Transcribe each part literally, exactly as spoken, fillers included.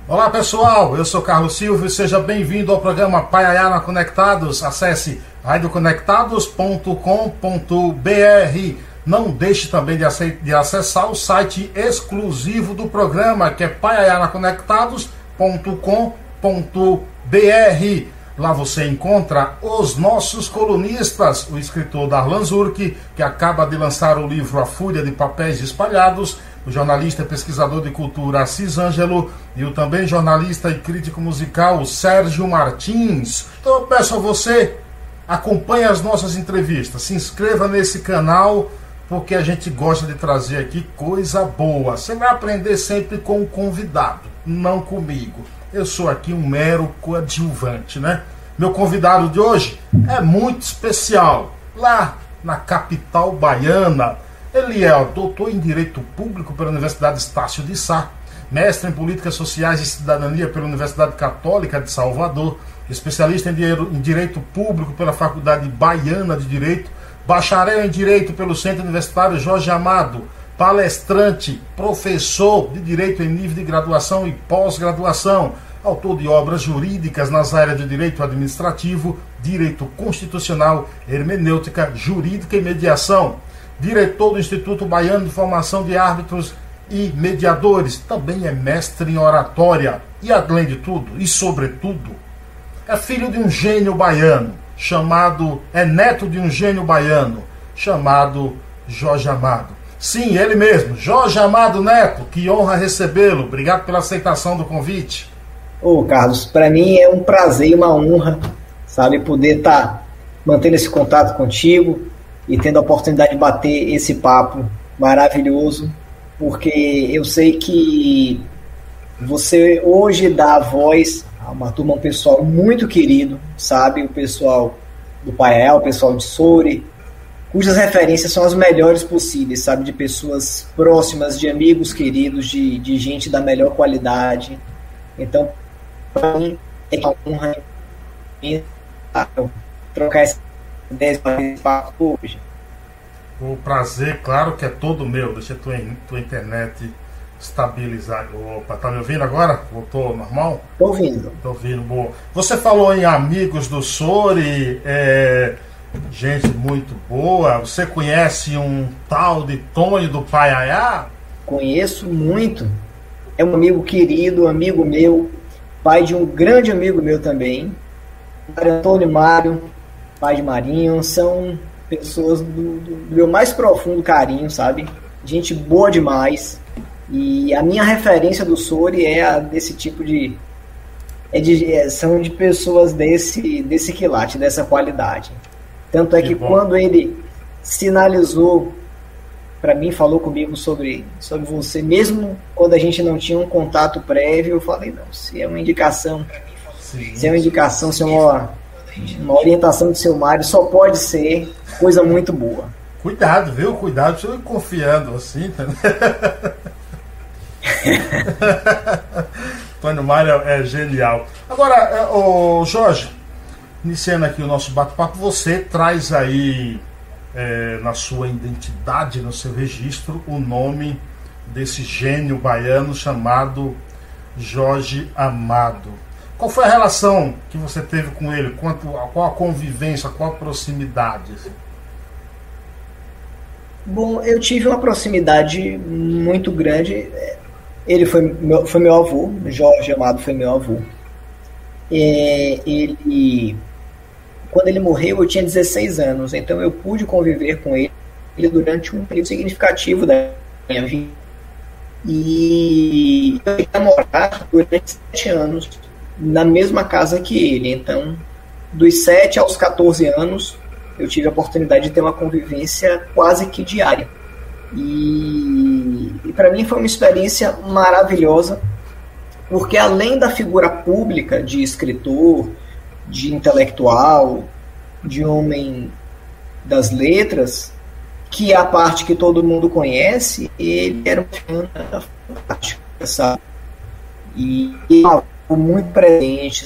Olá pessoal, eu sou Carlos Silva e seja bem-vindo ao programa Paiaiana Conectados. Acesse radio conectados ponto com ponto b r. Não deixe também de, de acessar o site exclusivo do programa, que é paiaiana conectados ponto com ponto b r. Lá você encontra os nossos colunistas, o escritor Darlan Zurk, que acaba de lançar o livro A Fúria de Papéis Espalhados, o jornalista e pesquisador de cultura Assis Ângelo e o também jornalista e crítico musical Sérgio Martins. Então eu peço a você, acompanhe as nossas entrevistas, se inscreva nesse canal, porque a gente gosta de trazer aqui coisa boa. Você vai aprender sempre com o convidado, não comigo. Eu sou aqui um mero coadjuvante, né? Meu convidado de hoje é muito especial. Lá na capital baiana, ele é doutor em Direito Público pela Universidade Estácio de Sá, mestre em Políticas Sociais e Cidadania pela Universidade Católica de Salvador, especialista em Direito Público pela Faculdade Baiana de Direito, bacharel em Direito pelo Centro Universitário Jorge Amado, palestrante, professor de Direito em nível de graduação e pós-graduação, autor de obras jurídicas nas áreas de Direito Administrativo, Direito Constitucional, Hermenêutica, Jurídica e Mediação, diretor do Instituto Baiano de Formação de Árbitros e Mediadores, também é mestre em oratória e, além de tudo, e sobretudo, é filho de um gênio baiano, chamado, é neto de um gênio baiano, chamado Jorge Amado. Sim, ele mesmo, Jorge Amado Neto, que honra recebê-lo. Obrigado pela aceitação do convite. Ô, Carlos, para mim é um prazer e uma honra, sabe, poder estar tá mantendo esse contato contigo e tendo a oportunidade de bater esse papo maravilhoso, porque eu sei que você hoje dá a voz a uma turma, um pessoal muito querido, sabe, o pessoal do Paiaiá, o pessoal de Soure, cujas referências são as melhores possíveis, sabe, de pessoas próximas, de amigos queridos, de, de gente da melhor qualidade. Então, para mim, é uma honra trocar essa ideia de papo hoje. O prazer, claro que é todo meu. Deixa a tua, tua internet estabilizar. Opa, tá me ouvindo agora? Voltou normal? Tô ouvindo. Tô ouvindo, boa. Você falou em amigos do Soure, é... gente muito boa. Você conhece um tal de Tonho do Paiaiá? Conheço muito. É um amigo querido, amigo meu, pai de um grande amigo meu também, Antônio Mário, pai de Marinho. São pessoas do, do, do meu mais profundo carinho, sabe? Gente boa demais. E a minha referência do Soure é a desse tipo de... É de é, são de pessoas desse, desse quilate, dessa qualidade. Tanto é que, que quando ele sinalizou para mim, falou comigo sobre, sobre você, mesmo quando a gente não tinha um contato prévio, eu falei, não, se é uma indicação, Sim. se é uma indicação, se é uma, uma orientação do seu Mário, só pode ser coisa muito boa. Cuidado, viu? Cuidado, estou confiando assim, tá? Antônio Mário é genial. Agora, ô Jorge, iniciando aqui o nosso bate-papo, você traz aí é, na sua identidade, no seu registro, o nome desse gênio baiano chamado Jorge Amado. Qual foi a relação que você teve com ele? Quanto, qual a convivência, qual a proximidade? Bom, eu tive uma proximidade muito grande. Ele foi meu, foi meu avô, Jorge Amado foi meu avô. É, ele... Quando ele morreu, eu tinha dezesseis anos, então eu pude conviver com ele durante um período significativo da minha vida. E eu ia morar durante sete anos na mesma casa que ele. Então, dos sete aos quatorze anos, eu tive a oportunidade de ter uma convivência quase que diária. E, e para mim foi uma experiência maravilhosa, porque além da figura pública de escritor, de intelectual, de homem das letras, que é a parte que todo mundo conhece, ele era uma figura fantástica, sabe? E ele foi muito presente.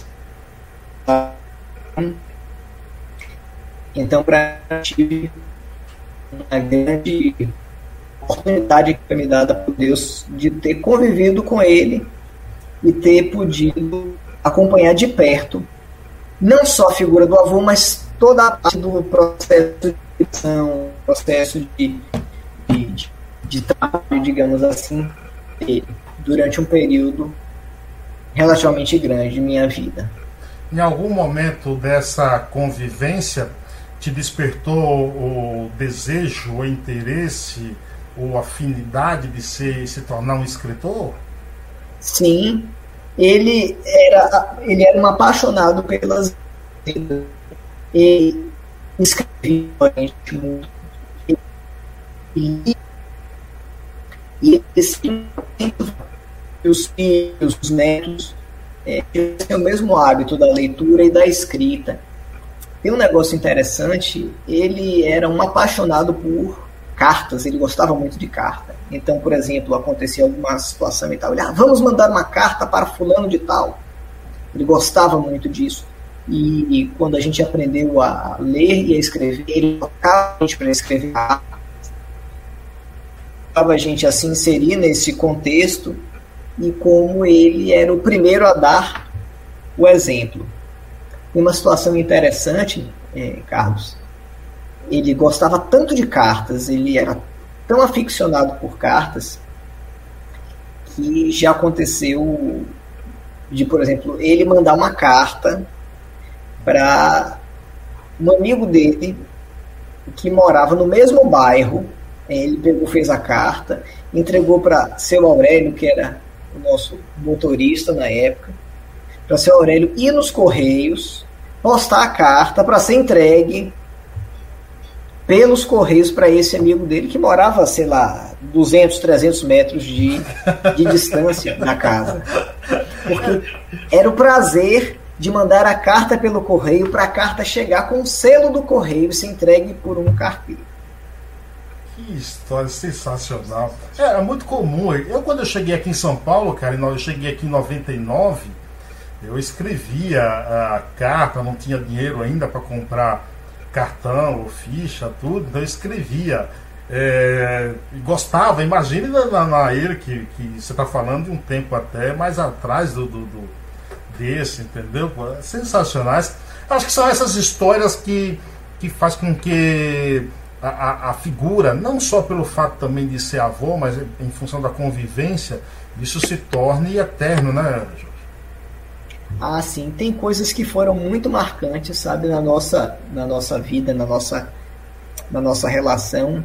Então, para mim, tive uma grande oportunidade que foi me dada por Deus de ter convivido com ele e ter podido acompanhar de perto não só a figura do avô, mas toda a parte do processo de educação, processo de, de, de trabalho, digamos assim, durante um período relativamente grande de minha vida. Em algum momento dessa convivência te despertou o desejo, o interesse ou afinidade de ser, se tornar um escritor? Sim, ele era, ele era um apaixonado pelas vidas e escrevia muito. E, e esse, os filhos, os netos, é, têm o mesmo hábito da leitura e da escrita. Tem um negócio interessante, ele era um apaixonado por cartas, ele gostava muito de carta. Então, por exemplo, acontecia alguma situação e tal, ele, ah, vamos mandar uma carta para fulano de tal. Ele gostava muito disso. E, e quando a gente aprendeu a ler e a escrever, ele colocava a gente para escrever cartas, a gente a se inserir nesse contexto, e como ele era o primeiro a dar o exemplo. Uma situação interessante, eh, Carlos, ele gostava tanto de cartas, ele era tão aficionado por cartas, que já aconteceu de, por exemplo, ele mandar uma carta para um amigo dele que morava no mesmo bairro. Ele pegou, fez a carta, entregou para seu Aurélio, que era o nosso motorista na época, para seu Aurélio ir nos Correios, postar a carta para ser entregue pelos Correios para esse amigo dele que morava, sei lá, duzentos, trezentos metros de, de distância da casa. Porque era o prazer de mandar a carta pelo correio para a carta chegar com o selo do correio e ser entregue por um carteiro. Que história sensacional. É, é muito comum. Eu, quando eu cheguei aqui em São Paulo, cara, eu cheguei aqui em noventa e nove, eu escrevia a carta, não tinha dinheiro ainda para comprar cartão ou ficha, tudo, então eu escrevia. É, gostava, imagine na, na ele que, que você está falando de um tempo até mais atrás do, do, do desse, entendeu? Sensacionais. Acho que são essas histórias que, que faz com que a, a, a figura, não só pelo fato também de ser avô, mas em função da convivência, isso se torne eterno, né, Jorge? Ah, sim, tem coisas que foram muito marcantes, sabe, na nossa, na nossa vida, na nossa, na nossa relação,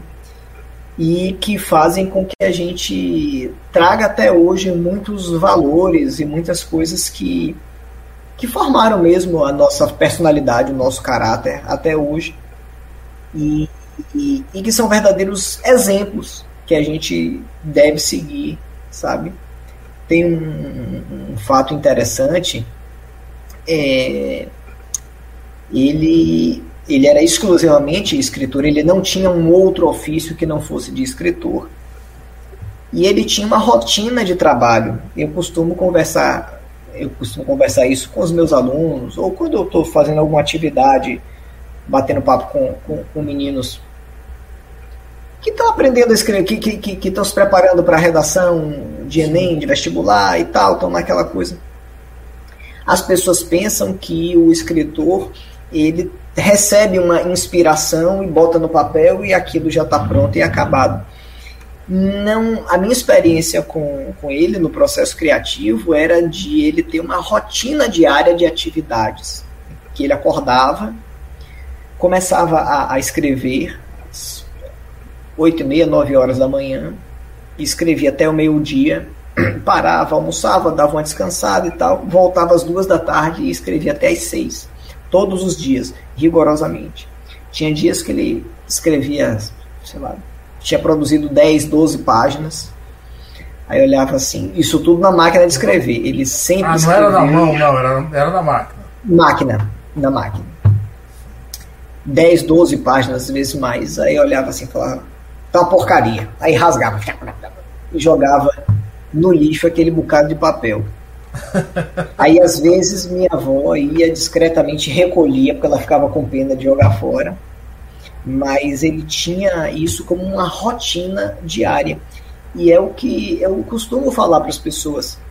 e que fazem com que a gente traga até hoje muitos valores e muitas coisas que, que formaram mesmo a nossa personalidade, o nosso caráter até hoje, e, e, e que são verdadeiros exemplos que a gente deve seguir, sabe? Tem um, um fato interessante, é, ele, ele era exclusivamente escritor, ele não tinha um outro ofício que não fosse de escritor, e ele tinha uma rotina de trabalho. Eu costumo conversar, eu costumo conversar isso com os meus alunos, ou quando eu estou fazendo alguma atividade, batendo papo com, com, com meninos que estão aprendendo a escrever, que estão que, que, que se preparando para a redação de Enem, de vestibular e tal, estão naquela coisa. As pessoas pensam que o escritor, ele recebe uma inspiração e bota no papel e aquilo já está pronto e acabado. Não, a minha experiência com, com ele no processo criativo era de ele ter uma rotina diária de atividades, que ele acordava, começava a, a escrever oito e meia, nove horas da manhã, escrevia até o meio-dia, parava, almoçava, dava uma descansada e tal, voltava às duas da tarde e escrevia até às seis, todos os dias, rigorosamente. Tinha dias que ele escrevia, sei lá, tinha produzido dez, doze páginas, aí eu olhava assim, isso tudo na máquina de escrever, ele sempre ah, não escrevia... era na mão, não, era, era na máquina. Máquina, na máquina. dez, doze páginas, às vezes mais, aí eu olhava assim e falava, tá uma porcaria, aí rasgava e jogava no lixo aquele bocado de papel. Aí às vezes minha avó ia discretamente, recolhia, porque ela ficava com pena de jogar fora, mas ele tinha isso como uma rotina diária, e é o que eu costumo falar para as pessoas,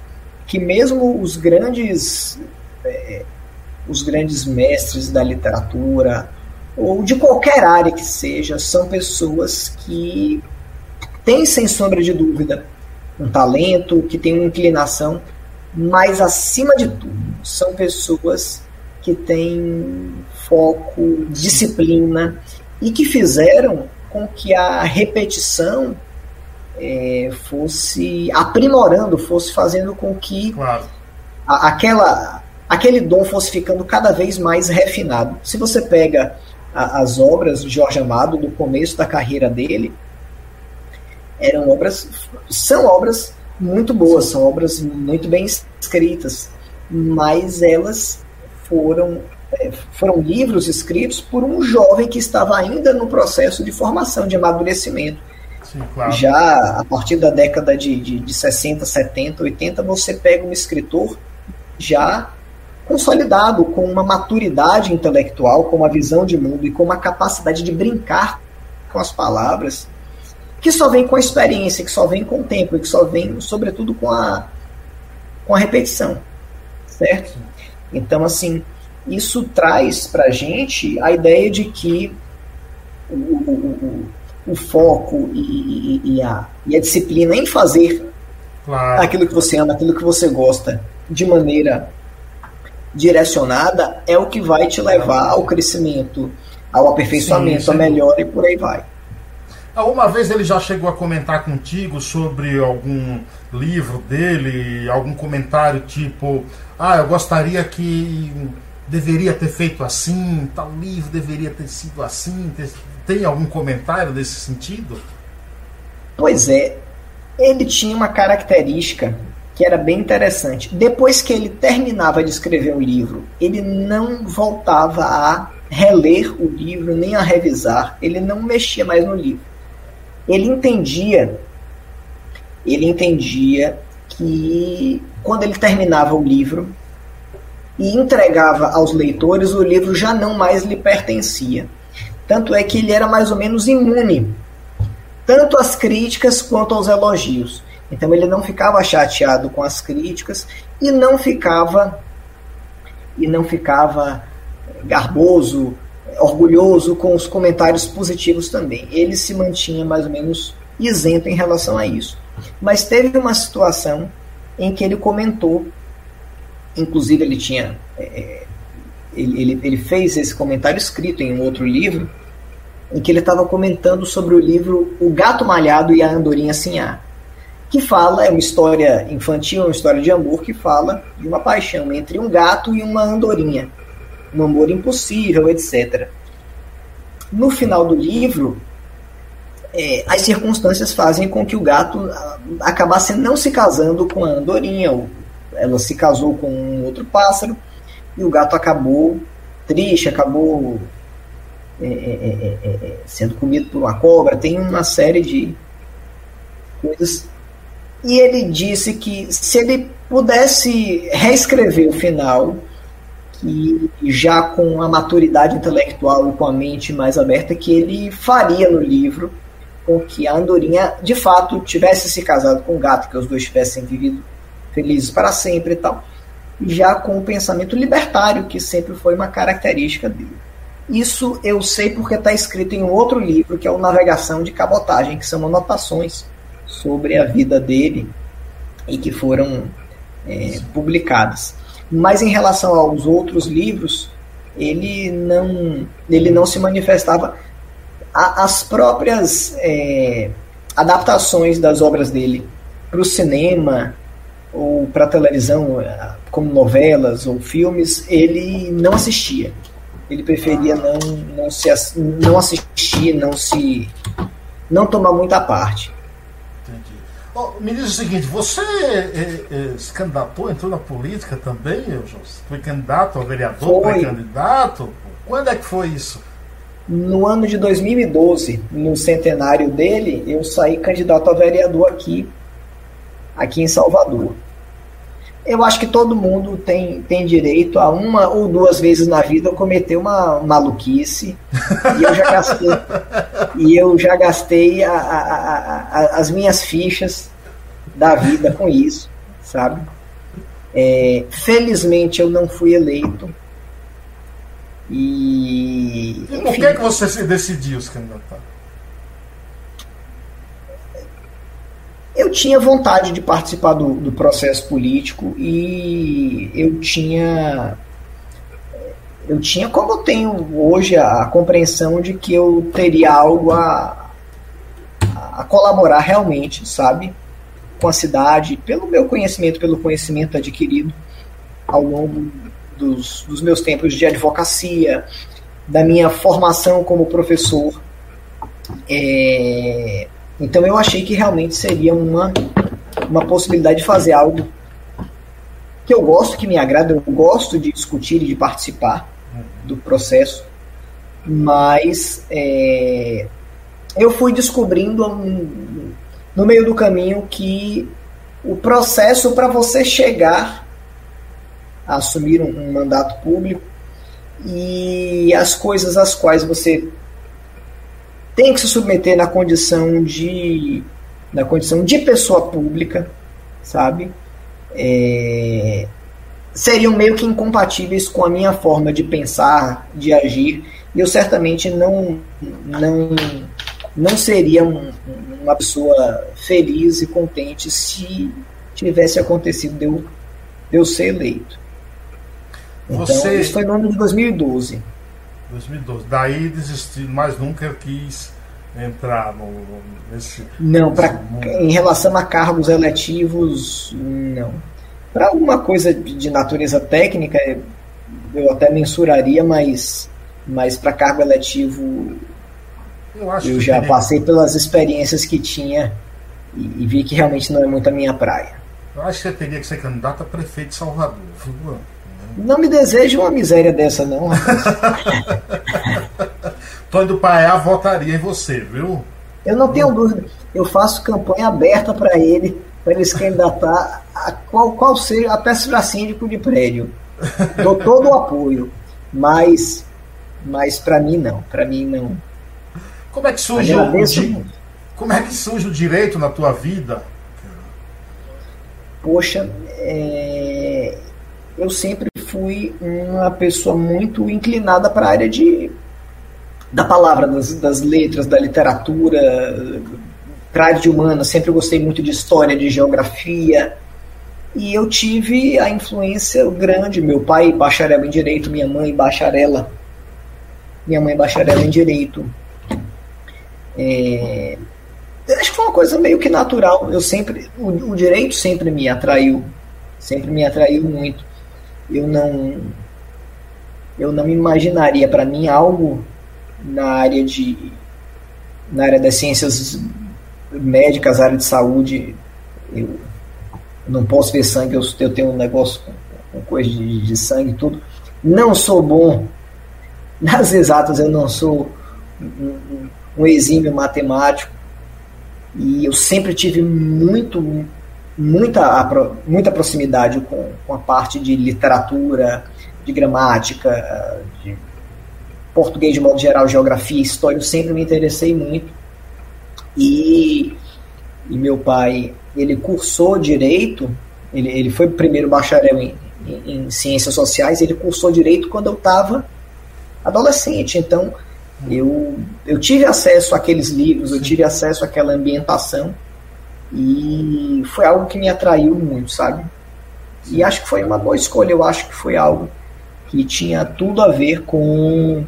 que mesmo os grandes, é, os grandes mestres da literatura, ou de qualquer área que seja, são pessoas que têm, sem sombra de dúvida, um talento, que têm uma inclinação, mas, acima de tudo, são pessoas que têm foco, disciplina, e que fizeram com que a repetição é, fosse aprimorando, fosse fazendo com que claro. a, aquela, aquele dom fosse ficando cada vez mais refinado. Se você pega a, as obras de Jorge Amado, do começo da carreira dele, eram obras, são obras muito boas, são obras muito bem escritas, mas elas foram, foram livros escritos por um jovem que estava ainda no processo de formação, de amadurecimento. Sim, claro. Já a partir da década de, de, de sessenta, setenta, oitenta, você pega um escritor já consolidado, com uma maturidade intelectual, com uma visão de mundo e com uma capacidade de brincar com as palavras, que só vem com a experiência, que só vem com o tempo, e que só vem, sobretudo, com a, com a repetição. Certo? Então, assim, isso traz pra gente a ideia de que o, o, o, o foco e, e, e, a, e a disciplina em fazer claro. Aquilo que você ama, aquilo que você gosta, de maneira direcionada, é o que vai te levar ao crescimento, ao aperfeiçoamento, sim, sim. a melhora, e por aí vai. Uma vez ele já chegou a comentar contigo sobre algum livro dele, algum comentário tipo, ah, eu gostaria que deveria ter feito assim, tal livro deveria ter sido assim? Tem algum comentário nesse sentido? Pois é, ele tinha uma característica que era bem interessante. Depois que ele terminava de escrever um livro, ele não voltava a reler o livro, nem a revisar, ele não mexia mais no livro. Ele entendia, ele entendia que quando ele terminava o livro e entregava aos leitores, o livro já não mais lhe pertencia. Tanto é que ele era mais ou menos imune, tanto às críticas quanto aos elogios. Então ele não ficava chateado com as críticas e não ficava, e não ficava garboso, orgulhoso com os comentários positivos também. Ele se mantinha mais ou menos isento em relação a isso. Mas teve uma situação em que ele comentou, inclusive ele tinha é, ele, ele, ele fez esse comentário escrito em um outro livro, em que ele estava comentando sobre o livro O Gato Malhado e a Andorinha Sinhá, que fala, é uma história infantil, uma história de amor, que fala de uma paixão entre um gato e uma andorinha, um amor impossível, etcétera. No final do livro, é, as circunstâncias fazem com que o gato acabasse não se casando com a andorinha, ou ela se casou com um outro pássaro, e o gato acabou triste, acabou é, é, é, é, sendo comido por uma cobra. Tem uma série de coisas. E ele disse que se ele pudesse reescrever o final, que já com a maturidade intelectual e com a mente mais aberta, que ele faria no livro com que a andorinha de fato tivesse se casado com o gato, que os dois tivessem vivido felizes para sempre e tal, já com o pensamento libertário, que sempre foi uma característica dele. Isso eu sei porque está escrito em um outro livro, que é o Navegação de Cabotagem, que são anotações sobre a vida dele e que foram é, publicadas. Mas em relação aos outros livros, ele não, ele não se manifestava. As próprias é, adaptações das obras dele para o cinema ou para a televisão, como novelas ou filmes, ele não assistia. Ele preferia não, não, se, não assistir, não, se, não tomar muita parte. Oh, me diz o seguinte, você é, é, se candidatou, entrou na política também, José? Foi candidato a vereador, pré-candidato? Quando é que foi isso? No ano de dois mil e doze, no centenário dele, eu saí candidato a vereador aqui, aqui em Salvador. Eu acho que todo mundo tem, tem direito a uma ou duas vezes na vida cometer uma maluquice, e eu já gastei, e eu já gastei a, a, a, a, as minhas fichas da vida com isso, sabe? É, felizmente eu não fui eleito. E, e por que, que você se decidiu se candidatar? Eu tinha vontade de participar do, do processo político e eu tinha, eu tinha, como eu tenho hoje, a, a compreensão de que eu teria algo a, a colaborar realmente, sabe, com a cidade, pelo meu conhecimento, pelo conhecimento adquirido ao longo dos, dos meus tempos de advocacia, da minha formação como professor. É... Então eu achei que realmente seria uma, uma possibilidade de fazer algo que eu gosto, que me agrada, eu gosto de discutir e de participar do processo, mas é, eu fui descobrindo um, no meio do caminho que o processo para você chegar a assumir um, um mandato público e as coisas às quais você tem que se submeter na condição de na condição de pessoa pública, sabe? É, seriam meio que incompatíveis com a minha forma de pensar, de agir, e eu certamente não não, não seria um, uma pessoa feliz e contente se tivesse acontecido de eu, de eu ser eleito. Então, Você... isso foi no ano de dois mil e doze. dois mil e doze. Daí desisti, mas nunca quis entrar no, nesse. Não, nesse pra, em relação a cargos eletivos, não. Para alguma coisa de natureza técnica, eu até mensuraria, mas, mas para cargo eletivo, eu, acho eu que já teria... passei pelas experiências que tinha e, e vi que realmente não é muito a minha praia. Eu acho que você teria que ser candidato a prefeito de Salvador. Não me desejo uma miséria dessa, não. Tony do Paiá votaria em você, viu? Eu não tenho dúvida. Eu faço campanha aberta para ele, para ele se candidatar a qual, qual seja, até para síndico de prédio. Dou todo o apoio. Mas, mas para mim não. Para mim não. Como é que surge o, di... Como é que surge o direito na tua vida? Poxa, é... eu sempre fui uma pessoa muito inclinada para a área de, da palavra, das, das letras, da literatura, para a área de humanas. Sempre gostei muito de história, de geografia, e eu tive a influência grande. Meu pai bacharel em Direito, minha mãe bacharela, minha mãe bacharela em Direito. É, acho que foi uma coisa meio que natural. Eu sempre, o, o direito sempre me atraiu, sempre me atraiu muito. Eu não, eu não imaginaria para mim algo na área de, na área das ciências médicas, área de saúde. Eu, eu não posso ver sangue, eu, eu tenho um negócio com, com coisa de, de sangue e tudo. Não sou bom nas exatas, eu não sou um, um exímio matemático, e eu sempre tive muito Muita, muita proximidade com, com a parte de literatura, de gramática, de português de modo geral, geografia, história. Eu sempre me interessei muito. E, e meu pai, ele cursou Direito, ele, ele foi primeiro bacharel em, em, em Ciências Sociais, ele cursou Direito quando eu estava adolescente. Então, eu, eu tive acesso àqueles livros, eu tive acesso àquela ambientação. E foi algo que me atraiu muito, sabe? E acho que foi uma boa escolha. Eu acho que foi algo que tinha tudo a ver com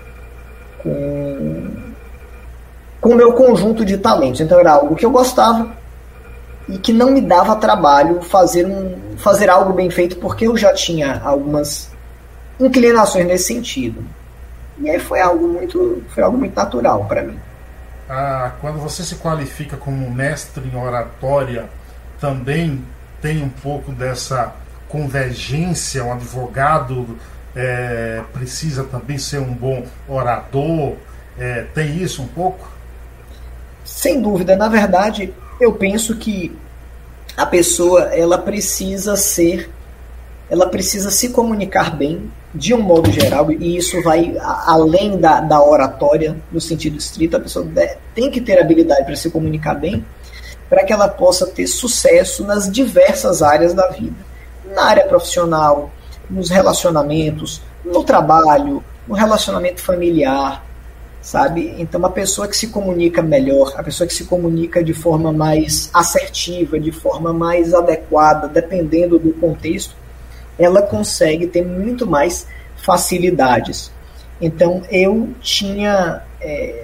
com, com o meu conjunto de talentos. Então era algo que eu gostava e que não me dava trabalho fazer, um, fazer algo bem feito, porque eu já tinha algumas inclinações nesse sentido. E aí foi algo muito, foi algo muito natural para mim. Ah, quando você se qualifica como mestre em oratória, também tem um pouco dessa convergência. Um advogado é, precisa também ser um bom orador. É, tem isso um pouco? Sem dúvida. Na verdade, eu penso que a pessoa ela precisa ser, ela precisa se comunicar bem, de um modo geral, e isso vai além da, da oratória, no sentido estrito. A pessoa tem que ter habilidade para se comunicar bem, para que ela possa ter sucesso nas diversas áreas da vida. na área profissional, nos relacionamentos, no trabalho, no relacionamento familiar, sabe? Então, uma pessoa que se comunica melhor, a pessoa que se comunica de forma mais assertiva, de forma mais adequada, dependendo do contexto, ela consegue ter muito mais facilidades. Então, eu tinha, é,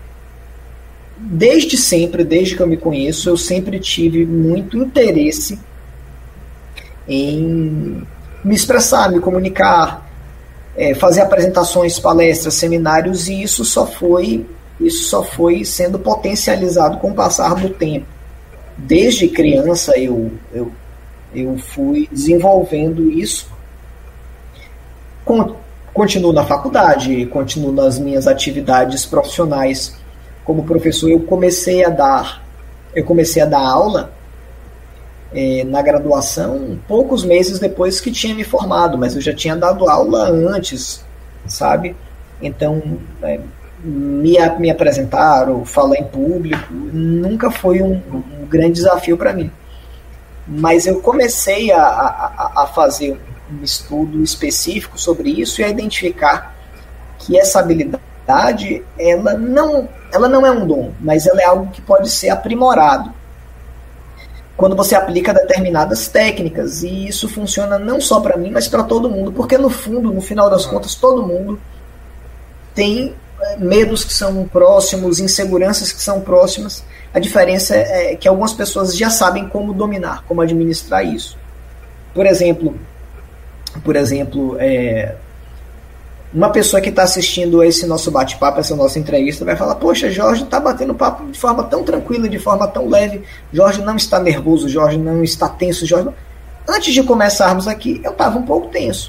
desde sempre, desde que eu me conheço, eu sempre tive muito interesse em me expressar, me comunicar, é, fazer apresentações, palestras, seminários, e isso só foi, isso só foi sendo potencializado com o passar do tempo. Desde criança eu, eu, eu fui desenvolvendo isso. Com, continuo na faculdade, continuo nas minhas atividades profissionais como professor. Eu comecei a dar, eu comecei a dar aula É, na graduação, poucos meses depois que tinha me formado, mas eu já tinha dado aula antes, sabe? Então, é, me, me apresentar ou falar em público nunca foi um, um grande desafio para mim. Mas eu comecei a, a, a fazer um estudo específico sobre isso e a identificar que essa habilidade, ela não, ela não é um dom, mas ela é algo que pode ser aprimorado quando você aplica determinadas técnicas, e isso funciona não só para mim, mas para todo mundo, porque no fundo, no final das contas, todo mundo tem medos que são próximos, inseguranças que são próximas. A diferença é que algumas pessoas já sabem como dominar, como administrar isso. Por exemplo, por exemplo, é, uma pessoa que está assistindo esse nosso bate-papo, essa nossa entrevista, vai falar: poxa, Jorge está batendo papo de forma tão tranquila, de forma tão leve, Jorge não está nervoso, Jorge não está tenso, Jorge não... Antes de começarmos aqui, eu estava um pouco tenso,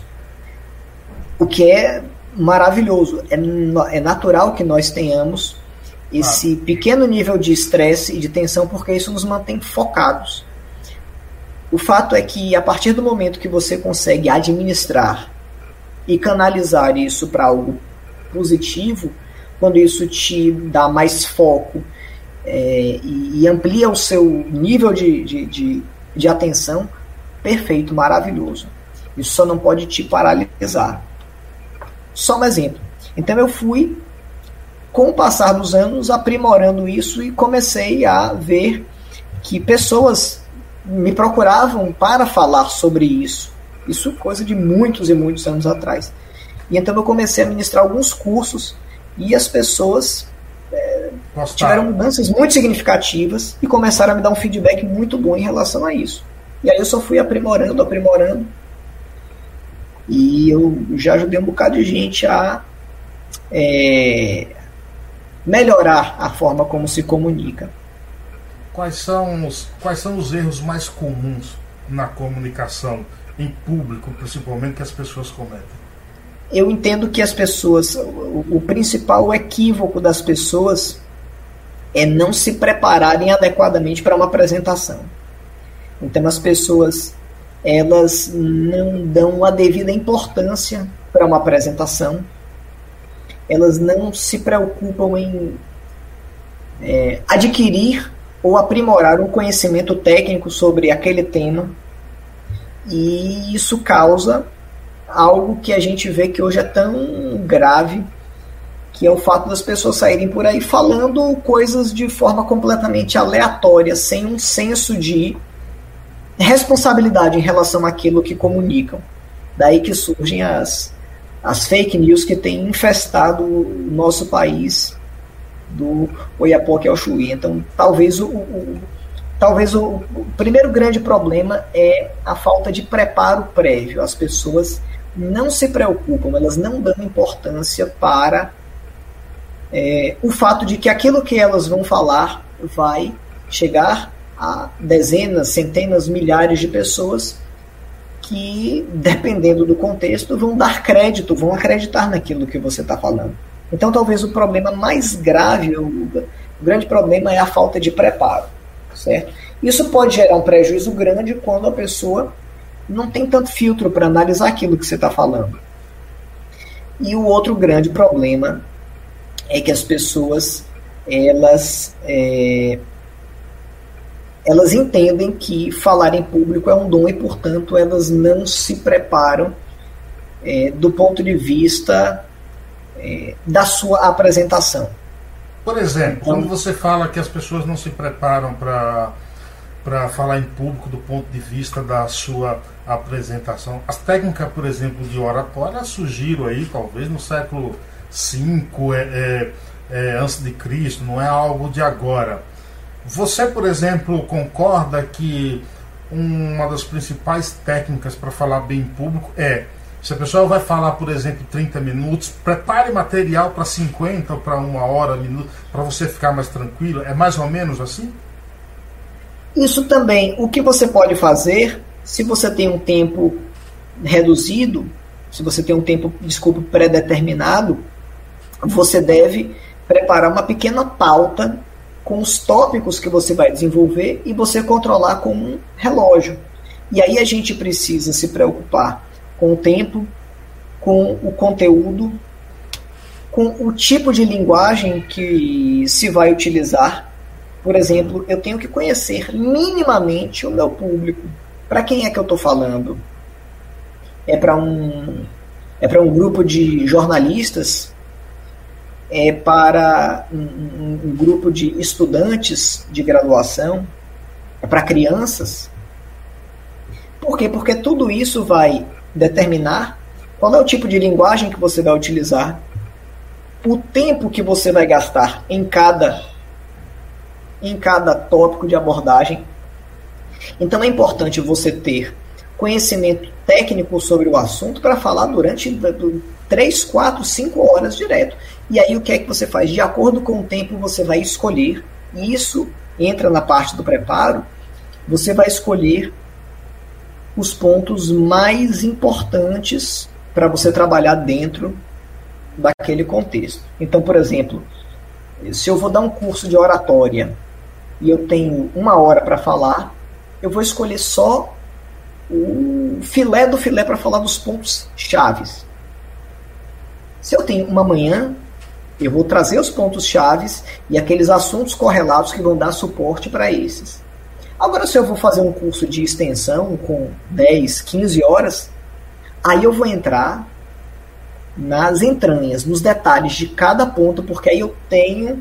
o que é maravilhoso. É, é natural que nós tenhamos esse ah. pequeno nível de estresse e de tensão, porque isso nos mantém focados. O fato é que a partir do momento que você consegue administrar e canalizar isso para algo positivo, quando isso te dá mais foco é, e, e amplia o seu nível de, de, de, de atenção, perfeito, maravilhoso. Isso só não pode te paralisar. Só um exemplo. Então eu fui, com o passar dos anos, aprimorando isso e comecei a ver que pessoas me procuravam para falar sobre isso. Isso coisa de muitos e muitos anos atrás. E então eu comecei a ministrar alguns cursos e as pessoas é, tiveram mudanças muito significativas e começaram a me dar um feedback muito bom em relação a isso. E aí eu só fui aprimorando, aprimorando. E eu já ajudei um bocado de gente a é, melhorar a forma como se comunica. Quais são os, quais são os erros mais comuns na comunicação em público, principalmente, que as pessoas cometem? Eu entendo que as pessoas, o, o principal equívoco das pessoas é não se prepararem adequadamente para uma apresentação. Então as pessoas, elas não dão a devida importância para uma apresentação, elas não se preocupam em é, adquirir ou aprimorar um conhecimento técnico sobre aquele tema. E isso causa algo que a gente vê que hoje é tão grave, que é o fato das pessoas saírem por aí falando coisas de forma completamente aleatória, sem um senso de responsabilidade em relação àquilo que comunicam. Daí que surgem as, as fake news que têm infestado o nosso país, do Oiapoque ao Chuí. Então, talvez o... o Talvez o, o primeiro grande problema é a falta de preparo prévio. As pessoas não se preocupam, elas não dão importância para é, o fato de que aquilo que elas vão falar vai chegar a dezenas, centenas, milhares de pessoas que, dependendo do contexto, vão dar crédito, vão acreditar naquilo que você está falando. Então, talvez o problema mais grave, o, o grande problema é a falta de preparo. Certo? Isso pode gerar um prejuízo grande quando a pessoa não tem tanto filtro para analisar aquilo que você está falando. E o outro grande problema é que as pessoas elas é, elas entendem que falar em público é um dom e, portanto, elas não se preparam é, do ponto de vista é, da sua apresentação. Por exemplo, então, quando você fala que as pessoas não se preparam para para falar em público do ponto de vista da sua apresentação, as técnicas, por exemplo, de oratória surgiram aí, talvez, no século cinco, é, é, é, antes de Cristo, não é algo de agora. Você, por exemplo, concorda que uma das principais técnicas para falar bem em público é, se a pessoa vai falar, por exemplo, trinta minutos, prepare material para cinquenta ou para uma hora, minuto, para você ficar mais tranquilo? É mais ou menos assim? Isso também. O que você pode fazer, se você tem um tempo reduzido, se você tem um tempo, desculpa, pré-determinado, você deve preparar uma pequena pauta com os tópicos que você vai desenvolver e você controlar com um relógio. E aí a gente precisa se preocupar com o tempo, com o conteúdo, com o tipo de linguagem que se vai utilizar. Por exemplo, eu tenho que conhecer minimamente o meu público. Para quem é que eu estou falando? É para um, é para um grupo de jornalistas? É para um, um, um grupo de estudantes de graduação? É para crianças? Por quê? Porque tudo isso vai determinar qual é o tipo de linguagem que você vai utilizar, o tempo que você vai gastar em cada em cada tópico de abordagem. Então é importante você ter conhecimento técnico sobre o assunto para falar durante três, quatro, cinco horas direto. E aí o que é que você faz? De acordo com o tempo você vai escolher, e isso entra na parte do preparo, você vai escolher os pontos mais importantes para você trabalhar dentro daquele contexto. Então, por exemplo, se eu vou dar um curso de oratória e eu tenho uma hora para falar, eu vou escolher só o filé do filé para falar dos pontos chaves. Se eu tenho uma manhã, eu vou trazer os pontos chaves e aqueles assuntos correlatos que vão dar suporte para esses. Agora, se eu vou fazer um curso de extensão com dez, quinze horas, aí eu vou entrar nas entranhas, nos detalhes de cada ponto, porque aí eu tenho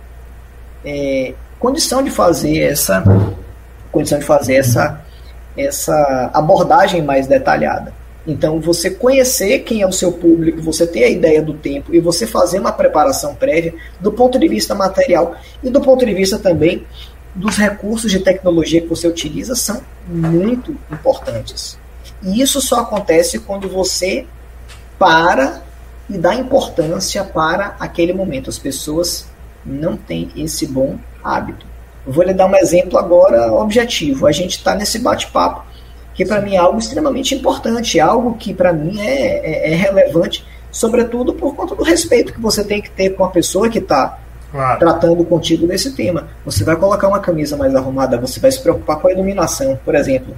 é, condição de fazer essa condição de fazer essa, essa abordagem mais detalhada. Então, você conhecer quem é o seu público, você ter a ideia do tempo e você fazer uma preparação prévia do ponto de vista material e do ponto de vista também dos recursos de tecnologia que você utiliza são muito importantes. E isso só acontece quando você para e dá importância para aquele momento. As pessoas não têm esse bom hábito. Eu vou lhe dar um exemplo agora objetivo. A gente está nesse bate-papo, que para mim é algo extremamente importante, algo que para mim é, é, é relevante, sobretudo por conta do respeito que você tem que ter com a pessoa que está claro. Tratando contigo desse tema. Você vai colocar uma camisa mais arrumada, você vai se preocupar com a iluminação, por exemplo.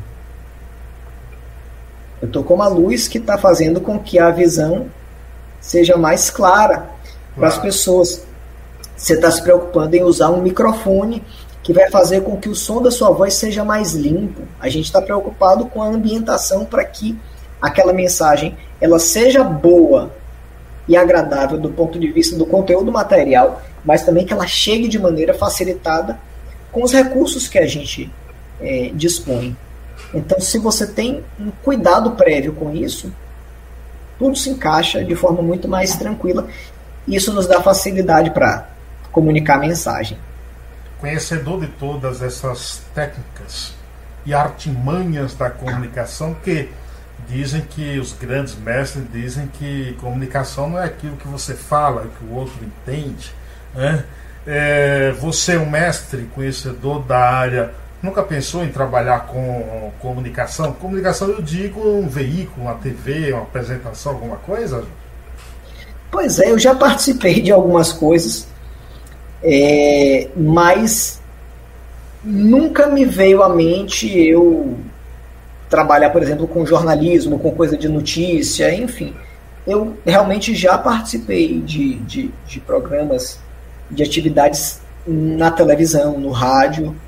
Eu estou com uma luz que está fazendo com que a visão seja mais clara claro. Para as pessoas. Você está se preocupando em usar um microfone que vai fazer com que o som da sua voz seja mais limpo. A gente está preocupado com a ambientação para que aquela mensagem ela seja boa e agradável do ponto de vista do conteúdo material, mas também que ela chegue de maneira facilitada com os recursos que a gente é, dispõe. Então, se você tem um cuidado prévio com isso, tudo se encaixa de forma muito mais tranquila. Isso nos dá facilidade para comunicar a mensagem. Conhecedor de todas essas técnicas e artimanhas da comunicação, que dizem que os grandes mestres dizem que comunicação não é aquilo que você fala, que o outro entende, né? É, você é um mestre, conhecedor da área, nunca pensou em trabalhar com comunicação? Comunicação, eu digo, um veículo, uma T V, uma apresentação, alguma coisa? Pois é, eu já participei de algumas coisas, é, mas nunca me veio à mente eu trabalhar, por exemplo, com jornalismo, com coisa de notícia, enfim. Eu realmente já participei de, de, de programas, de atividades na televisão, no rádio,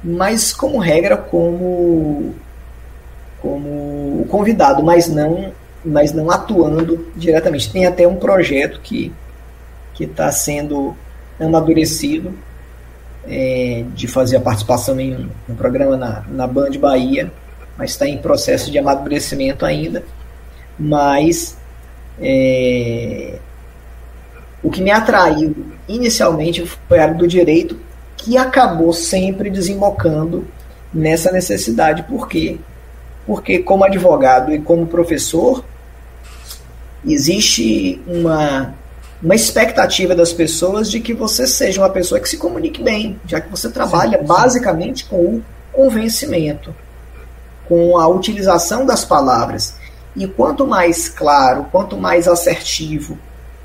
mas como regra como, como convidado, mas não, mas não atuando diretamente. Tem até um projeto que que está sendo amadurecido, é, de fazer a participação em um, um programa na, na Band Bahia, mas está em processo de amadurecimento ainda. Mas é, o que me atraiu inicialmente foi a área do direito, que acabou sempre desembocando nessa necessidade. Por quê? Porque como advogado e como professor, existe uma, uma expectativa das pessoas de que você seja uma pessoa que se comunique bem, já que você trabalha sim, sim. basicamente com o convencimento, com a utilização das palavras. E quanto mais claro, quanto mais assertivo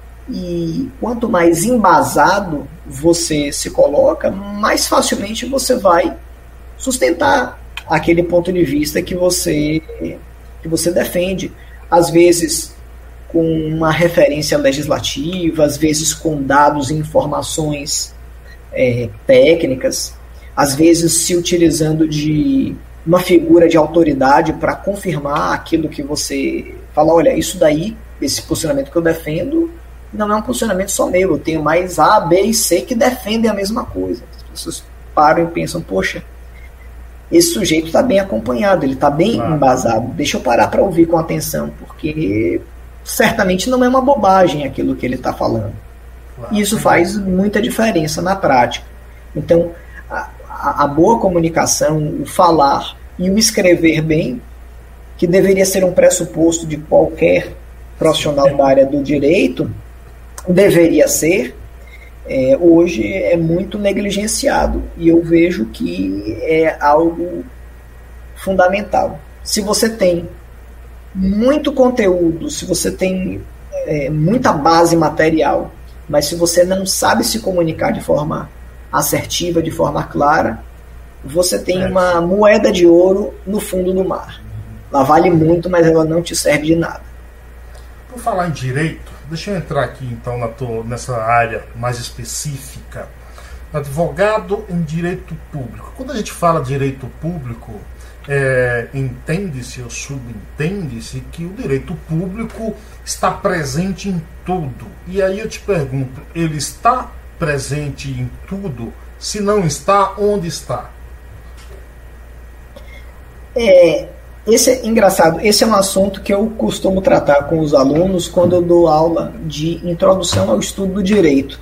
e quanto mais embasado você se coloca, mais facilmente você vai sustentar aquele ponto de vista que você, que você defende. Às vezes com uma referência legislativa, às vezes com dados e informações é, técnicas, às vezes se utilizando de uma figura de autoridade para confirmar aquilo que você fala. Olha, isso daí, esse posicionamento que eu defendo, não é um posicionamento só meu, eu tenho mais A, B e C que defendem a mesma coisa. As pessoas param e pensam, poxa, esse sujeito está bem acompanhado, ele está bem claro. embasado, deixa eu parar para ouvir com atenção, porque certamente não é uma bobagem aquilo que ele está falando. Claro. E isso faz muita diferença na prática. Então, a, a, a boa comunicação, o falar e o escrever bem, que deveria ser um pressuposto de qualquer profissional da área do direito, deveria ser, é, hoje é muito negligenciado, e eu vejo que é algo fundamental. Se você tem muito conteúdo, se você tem é, muita base material, mas se você não sabe se comunicar de forma assertiva, de forma clara, você tem é. uma moeda de ouro no fundo do mar. Ela vale muito, mas ela não te serve de nada. Por falar em direito, deixa eu entrar aqui então na tua, nessa área mais específica. Advogado em direito público. Quando a gente fala direito público, é, entende-se ou subentende-se que o direito público está presente em tudo. E aí eu te pergunto, ele está presente em tudo? Se não está, onde está? É... Esse é engraçado, esse é um assunto que eu costumo tratar com os alunos quando eu dou aula de introdução ao estudo do direito.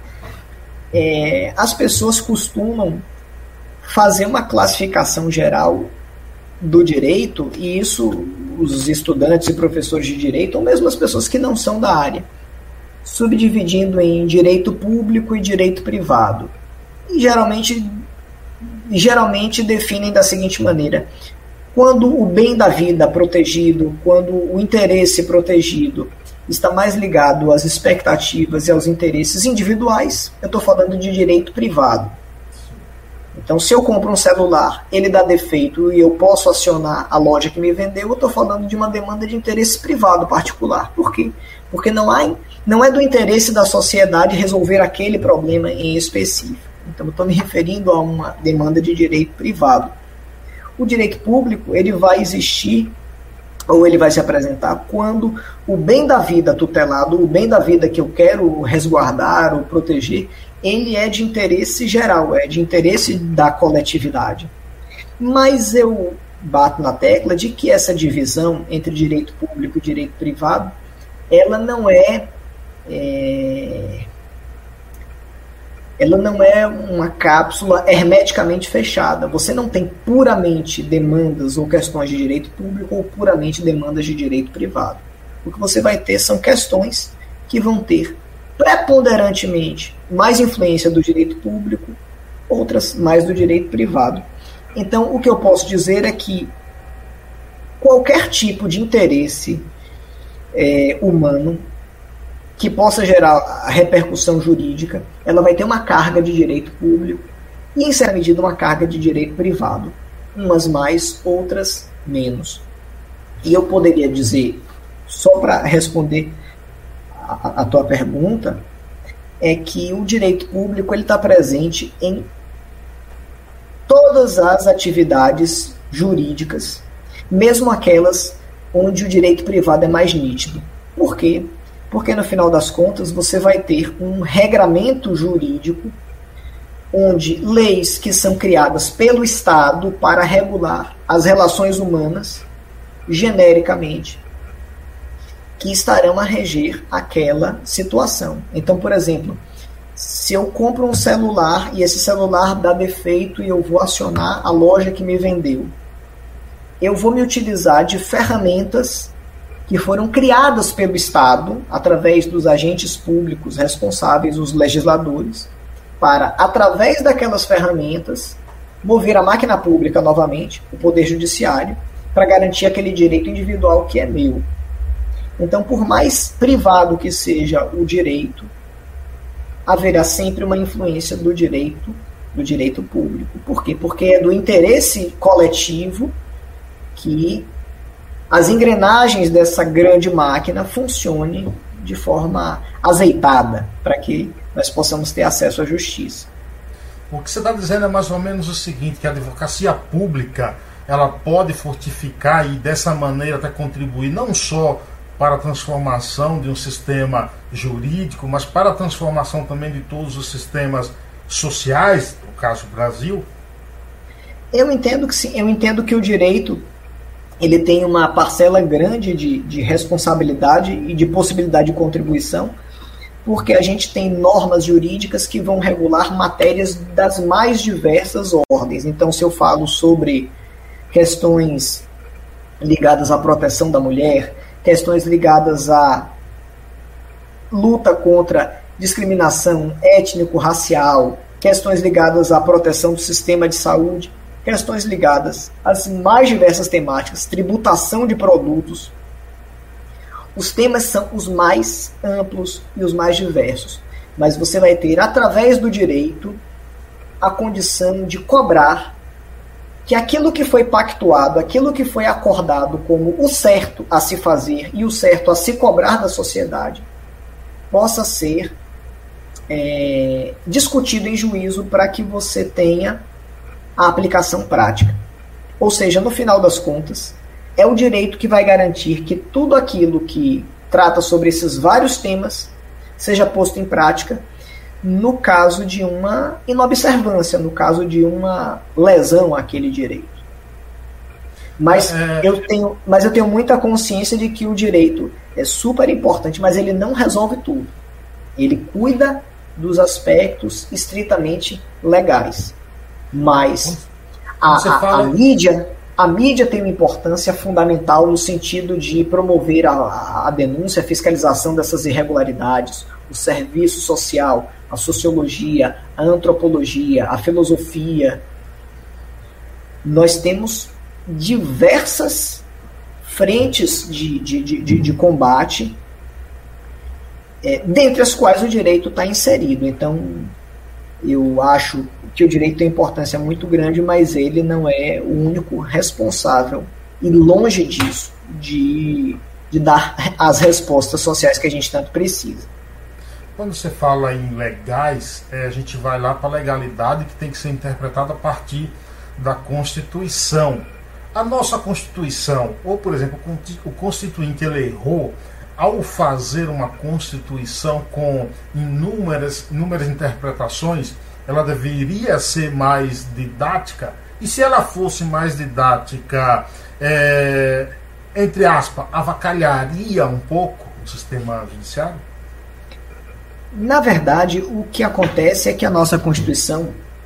É, as pessoas costumam fazer uma classificação geral do direito, e isso os estudantes e professores de direito, ou mesmo as pessoas que não são da área, subdividindo em direito público e direito privado. E geralmente, geralmente definem da seguinte maneira: quando o bem da vida protegido, quando o interesse protegido está mais ligado às expectativas e aos interesses individuais, eu estou falando de direito privado. Então, se eu compro um celular, ele dá defeito e eu posso acionar a loja que me vendeu, eu estou falando de uma demanda de interesse privado particular. Por quê? Porque não, há, não é do interesse da sociedade resolver aquele problema em específico. Então, eu estou me referindo a uma demanda de direito privado. O direito público, ele vai existir, ou ele vai se apresentar, quando o bem da vida tutelado, o bem da vida que eu quero resguardar ou proteger, ele é de interesse geral, é de interesse da coletividade. Mas eu bato na tecla de que essa divisão entre direito público e direito privado, ela não é... é ela não é uma cápsula hermeticamente fechada. Você não tem puramente demandas ou questões de direito público ou puramente demandas de direito privado. O que você vai ter são questões que vão ter preponderantemente mais influência do direito público, outras mais do direito privado. Então, o que eu posso dizer é que qualquer tipo de interesse é, humano que possa gerar repercussão jurídica, ela vai ter uma carga de direito público e, em certa medida, uma carga de direito privado. Umas mais, outras menos. E eu poderia dizer, só para responder a, a tua pergunta, é que o direito público está presente em todas as atividades jurídicas, mesmo aquelas onde o direito privado é mais nítido. Por quê? Porque, no final das contas, você vai ter um regramento jurídico onde leis que são criadas pelo Estado para regular as relações humanas, genericamente, que estarão a reger aquela situação. Então, por exemplo, se eu compro um celular e esse celular dá defeito e eu vou acionar a loja que me vendeu, eu vou me utilizar de ferramentas que foram criadas pelo Estado, através dos agentes públicos responsáveis, os legisladores, para, através daquelas ferramentas, mover a máquina pública novamente, o poder judiciário, para garantir aquele direito individual que é meu. Então, por mais privado que seja o direito, haverá sempre uma influência do direito, do direito público. Por quê? Porque é do interesse coletivo que as engrenagens dessa grande máquina funcionem de forma azeitada, para que nós possamos ter acesso à justiça. O que você está dizendo é mais ou menos o seguinte, que a advocacia pública ela pode fortificar e dessa maneira até contribuir não só para a transformação de um sistema jurídico, mas para a transformação também de todos os sistemas sociais, no caso do Brasil? Eu entendo que sim, eu entendo que o direito ele tem uma parcela grande de, de responsabilidade e de possibilidade de contribuição, porque a gente tem normas jurídicas que vão regular matérias das mais diversas ordens. Então, se eu falo sobre questões ligadas à proteção da mulher, questões ligadas à luta contra discriminação étnico-racial, questões ligadas à proteção do sistema de saúde, questões ligadas às mais diversas temáticas, tributação de produtos. Os temas são os mais amplos e os mais diversos, mas você vai ter, através do direito, a condição de cobrar que aquilo que foi pactuado, aquilo que foi acordado como o certo a se fazer e o certo a se cobrar da sociedade, possa ser é, discutido em juízo para que você tenha a aplicação prática. Ou seja, no final das contas, é o direito que vai garantir que tudo aquilo que trata sobre esses vários temas seja posto em prática no caso de uma inobservância, no caso de uma lesão àquele direito. Mas, é... eu tenho, mas eu tenho muita consciência de que o direito é super importante, mas ele não resolve tudo. Ele cuida dos aspectos estritamente legais. Mas a, a, a, mídia, a mídia tem uma importância fundamental no sentido de promover a, a denúncia, a fiscalização dessas irregularidades, o serviço social, a sociologia, a antropologia, a filosofia. Nós temos diversas frentes de, de, de, de, de combate, é, dentre as quais o direito está inserido. Então, eu acho que o direito tem importância muito grande, mas ele não é o único responsável, e longe disso, de, de dar as respostas sociais que a gente tanto precisa. Quando você fala em legais, é, a gente vai lá para a legalidade que tem que ser interpretada a partir da Constituição. A nossa Constituição, ou por exemplo, o Constituinte, ele errou ao fazer uma Constituição com inúmeras, inúmeras interpretações. Ela deveria ser mais didática, e se ela fosse mais didática, é, entre aspas, avacalharia um pouco o sistema judiciário? Na verdade, o que acontece é que a nossa Constituição,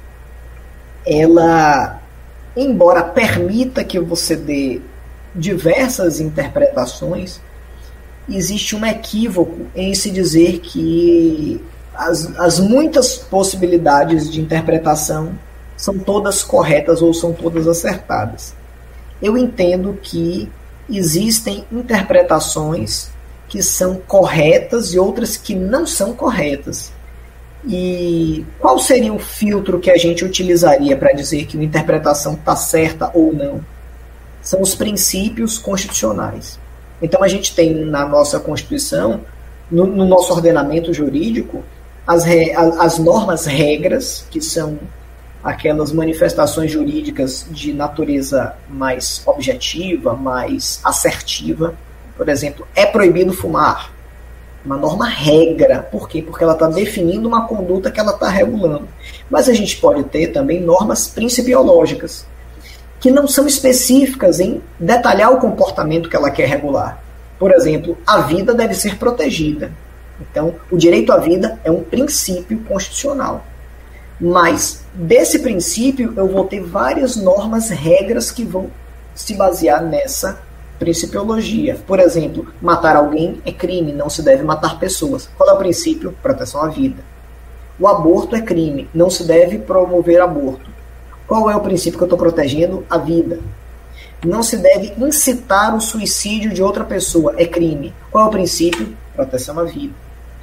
ela, embora permita que você dê diversas interpretações, existe um equívoco em se dizer que as, as muitas possibilidades de interpretação são todas corretas ou são todas acertadas. Eu entendo que existem interpretações que são corretas e outras que não são corretas. E qual seria o filtro que a gente utilizaria para dizer que uma interpretação está certa ou não? São os princípios constitucionais. Então a gente tem na nossa Constituição, no, no nosso ordenamento jurídico, as, re, as normas regras, que são aquelas manifestações jurídicas de natureza mais objetiva, mais assertiva. Por exemplo, é proibido fumar. Uma norma regra. Por quê? Porque ela está definindo uma conduta que ela está regulando. Mas a gente pode ter também normas principiológicas, que não são específicas em detalhar o comportamento que ela quer regular. Por exemplo, a vida deve ser protegida. Então, o direito à vida é um princípio constitucional. Mas, desse princípio, eu vou ter várias normas, regras que vão se basear nessa principiologia. Por exemplo, matar alguém é crime, não se deve matar pessoas. Qual é o princípio? Proteção à vida. O aborto é crime, não se deve promover aborto. Qual é o princípio que eu estou protegendo? A vida. Não se deve incitar o suicídio de outra pessoa, é crime. Qual é o princípio? Proteção à vida.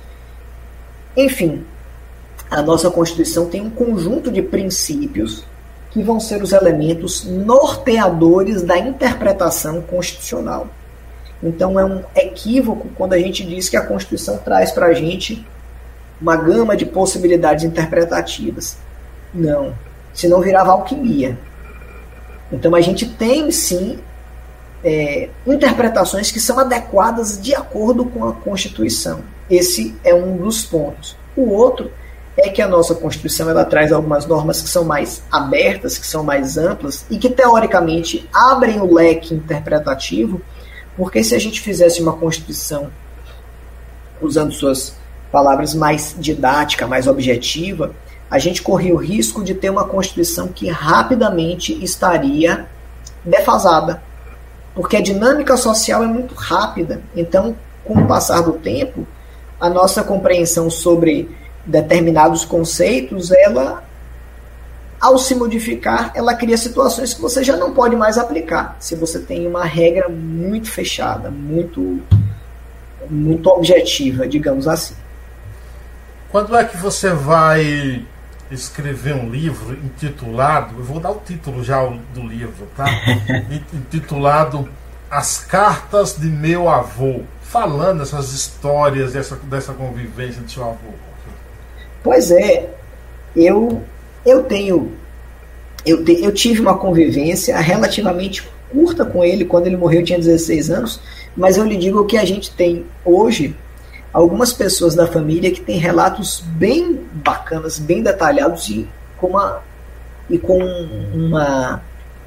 Enfim, a nossa Constituição tem um conjunto de princípios que vão ser os elementos norteadores da interpretação constitucional. Então é um equívoco quando a gente diz que a Constituição traz para a gente uma gama de possibilidades interpretativas. Não, senão virava alquimia. Então a gente tem sim é, interpretações que são adequadas de acordo com a Constituição. Esse é um dos pontos. O outro é que a nossa Constituição ela traz algumas normas que são mais abertas, que são mais amplas e que teoricamente abrem o leque interpretativo, porque se a gente fizesse uma Constituição usando suas palavras mais didática, mais objetiva, a gente corria o risco de ter uma Constituição que rapidamente estaria defasada, porque a dinâmica social é muito rápida. Então, com o passar do tempo, a nossa compreensão sobre determinados conceitos, ela, ao se modificar, ela cria situações que você já não pode mais aplicar, se você tem uma regra muito fechada, muito, muito objetiva, digamos assim. Quando é que você vai escrever um livro intitulado, eu vou dar o título já do livro, tá? Intitulado As Cartas de Meu Avô, falando essas histórias dessa, dessa convivência de seu avô. Pois é, eu, eu tenho eu, te, eu tive uma convivência relativamente curta com ele. Quando ele morreu eu tinha dezesseis anos, mas eu lhe digo que a gente tem hoje algumas pessoas da família que têm relatos bem bacanas, bem detalhados e com uma, e com uma,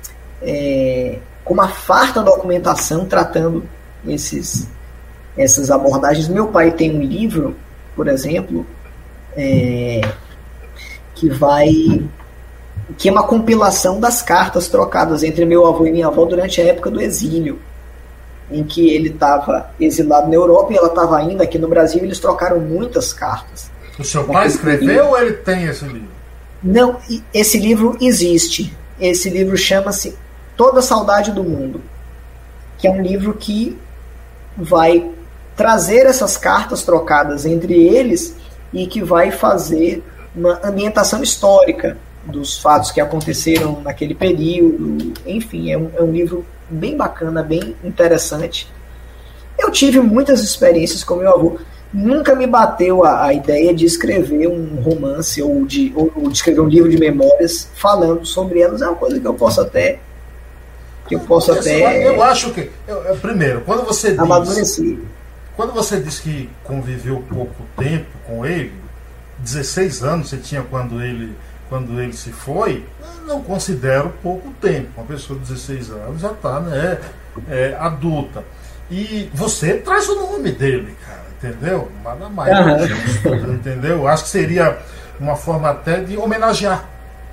é, com uma farta documentação tratando esses, essas abordagens. Meu pai tem um livro, por exemplo, é, que vai que é uma compilação das cartas trocadas entre meu avô e minha avó durante a época do exílio, em que ele estava exilado na Europa e ela estava ainda aqui no Brasil, e eles trocaram muitas cartas. O seu pai escreveu ou ele tem esse livro? Não, esse livro existe. Esse livro chama-se Toda a Saudade do Mundo, que é um livro que vai trazer essas cartas trocadas entre eles e que vai fazer uma ambientação histórica dos fatos que aconteceram naquele período. Enfim, é um, é um livro bem bacana, bem interessante. Eu tive muitas experiências com meu avô. Nunca me bateu a, a ideia de escrever um romance ou de, ou, ou de escrever um livro de memórias falando sobre elas. É uma coisa que eu posso até que eu posso eu, até eu acho que eu, eu, primeiro, quando você diz amadureci. Quando você diz que conviveu pouco tempo com ele, dezesseis anos você tinha quando ele quando ele se foi, eu não considero pouco tempo. Uma pessoa de dezesseis anos já está, né, é, adulta. E você traz o nome dele, cara, entendeu? Nada mais. Uhum. Entendeu? Acho que seria uma forma até de homenagear.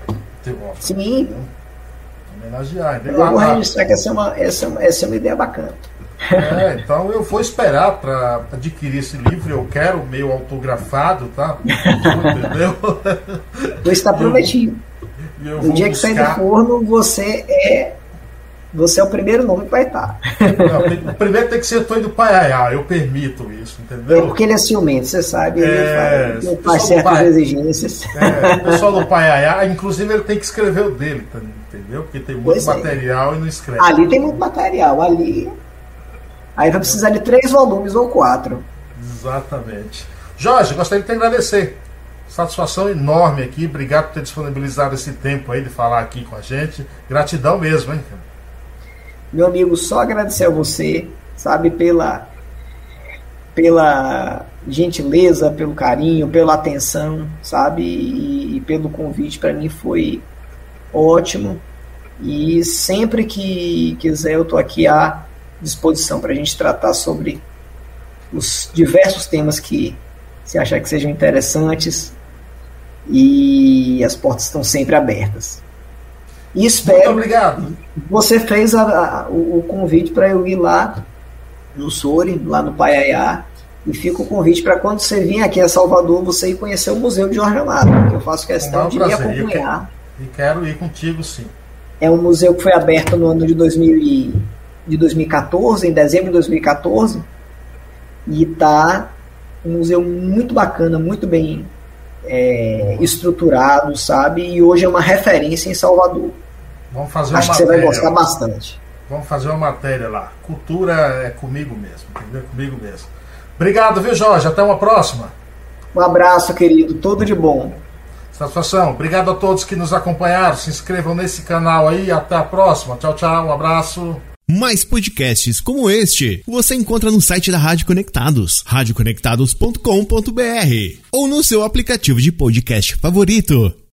Sim. Homenagear. Entendeu? Eu vou registrar que essa é uma, essa, essa é uma ideia bacana. É, então eu vou esperar para adquirir esse livro. Eu quero o meu autografado, tá? Entendeu? Está prometido. Eu, eu no dia buscar... que sair do forno, você é você é o primeiro nome que vai estar. Não, o primeiro tem que ser Tonho do Paiaiá, eu permito isso, entendeu? É porque ele é ciumento, você sabe, é, ele faz, ele faz certas pai... exigências. É, o pessoal do Paiaiá, inclusive ele tem que escrever o dele, entendeu? Porque tem muito pois material é. E não escreve. Ali tem muito material, ali... Aí vai precisar de três volumes ou quatro. Exatamente. Jorge, gostaria de te agradecer Satisfação enorme aqui, obrigado por ter disponibilizado esse tempo aí de falar aqui com a gente. Gratidão mesmo, hein? Meu amigo, só agradecer a você, sabe, pela, pela gentileza, pelo carinho, pela atenção, sabe, e, e pelo convite. Para mim foi ótimo, e sempre que quiser eu estou aqui à disposição para a gente tratar sobre os diversos temas que você achar que sejam interessantes, e as portas estão sempre abertas. E espero. Muito obrigado. Você fez a, a, o, o convite para eu ir lá no Sori, lá no Paiaiá, e fica o convite para quando você vir aqui a Salvador, você ir conhecer o Museu de Jorge Amado, que eu faço questão de ir acompanhar. E quero ir contigo, sim. É um museu que foi aberto no ano de, dois mil e, de dois mil e quatorze, em dezembro de dois mil e quatorze, e está um museu muito bacana, muito bem é, estruturado, sabe? E hoje é uma referência em Salvador. Vamos fazer Acho uma que matéria, você vai gostar bastante. Vamos fazer uma matéria lá. Cultura é comigo mesmo, entendeu? Comigo mesmo. Obrigado, viu, Jorge? Até uma próxima. Um abraço, querido. Tudo de bom. Satisfação. Obrigado a todos que nos acompanharam. Se inscrevam nesse canal aí. Até a próxima. Tchau, tchau. Um abraço. Mais podcasts como este você encontra no site da Rádio Conectados, rádio conectados ponto com ponto b r, ou no seu aplicativo de podcast favorito.